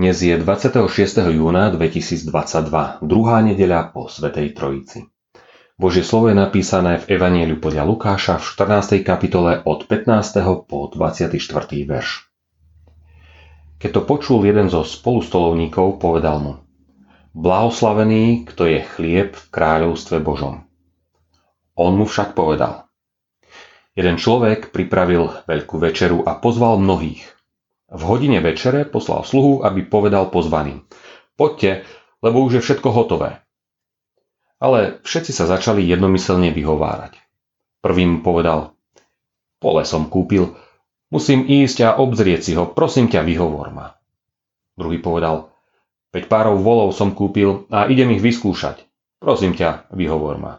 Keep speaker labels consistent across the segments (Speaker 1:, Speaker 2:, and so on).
Speaker 1: Dnes je 26. júna 2022, druhá nedeľa po Svätej Trojici. Božie slovo je napísané v Evanjeliu podľa Lukáša v 14. kapitole od 15. po 24. verš. Keď to počul jeden zo spolustolovníkov, povedal mu: Blahoslavený, kto je chlieb v kráľovstve Božom. On mu však povedal: Jeden človek pripravil veľkú večeru a pozval mnohých. V hodine večere poslal sluhu, aby povedal pozvaným: Poďte, lebo už je všetko hotové. Ale všetci sa začali jednomyselne vyhovárať. Prvý mu povedal: Pole som kúpil, musím ísť a obzrieť si ho, prosím ťa, vyhovor ma. Druhý povedal: 5 párov volov som kúpil a idem ich vyskúšať, prosím ťa, vyhovor ma.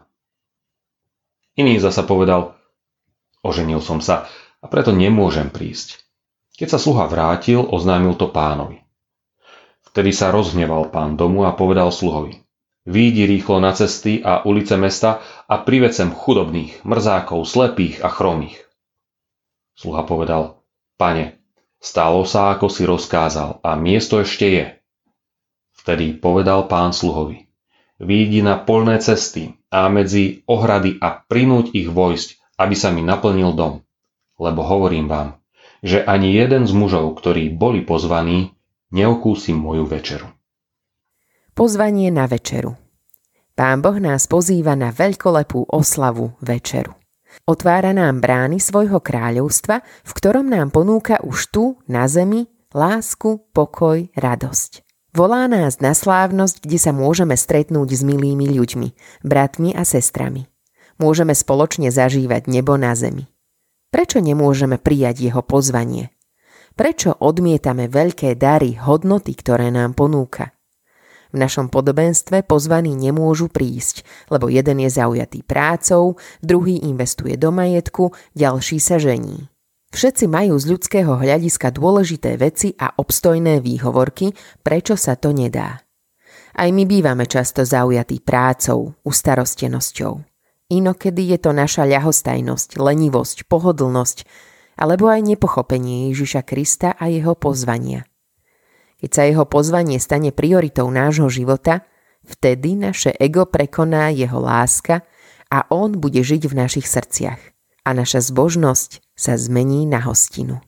Speaker 1: Iný zasa povedal: Oženil som sa a preto nemôžem prísť. Keď sa sluha vrátil, oznámil to pánovi. Vtedy sa rozhneval pán domu a povedal sluhovi: Výjdi rýchlo na cesty a ulice mesta a priveď sem chudobných, mrzákov, slepých a chromých. Sluha povedal: Pane, stalo sa, ako si rozkázal, a miesto ešte je. Vtedy povedal pán sluhovi: Výjdi na poľné cesty a medzi ohrady a prinúť ich vojsť, aby sa mi naplnil dom. Lebo hovorím vám, že ani jeden z mužov, ktorí boli pozvaní, neokúsi moju večeru.
Speaker 2: Pozvanie na večeru. Pán Boh nás pozýva na veľkolepú oslavu večeru. Otvára nám brány svojho kráľovstva, v ktorom nám ponúka už tu, na zemi, lásku, pokoj, radosť. Volá nás na slávnosť, kde sa môžeme stretnúť s milými ľuďmi, bratmi a sestrami. Môžeme spoločne zažívať nebo na zemi. Prečo nemôžeme prijať jeho pozvanie? Prečo odmietame veľké dary, hodnoty, ktoré nám ponúka? V našom podobenstve pozvaní nemôžu prísť, lebo jeden je zaujatý prácou, druhý investuje do majetku, ďalší sa žení. Všetci majú z ľudského hľadiska dôležité veci a obstojné výhovorky, prečo sa to nedá. Aj my bývame často zaujatí prácou, ustarostenosťou. Inokedy je to naša ľahostajnosť, lenivosť, pohodlnosť, alebo aj nepochopenie Ježiša Krista a jeho pozvania. Keď sa jeho pozvanie stane prioritou nášho života, vtedy naše ego prekoná jeho láska a on bude žiť v našich srdciach. A naša zbožnosť sa zmení na hostinu.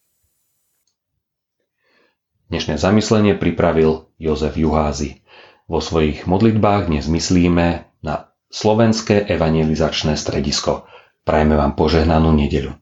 Speaker 1: Dnešné zamyslenie pripravil Jozef Juházy. Vo svojich modlitbách dnes myslíme na Slovenské evangelizačné stredisko. Prajeme vám požehnanú nedeľu.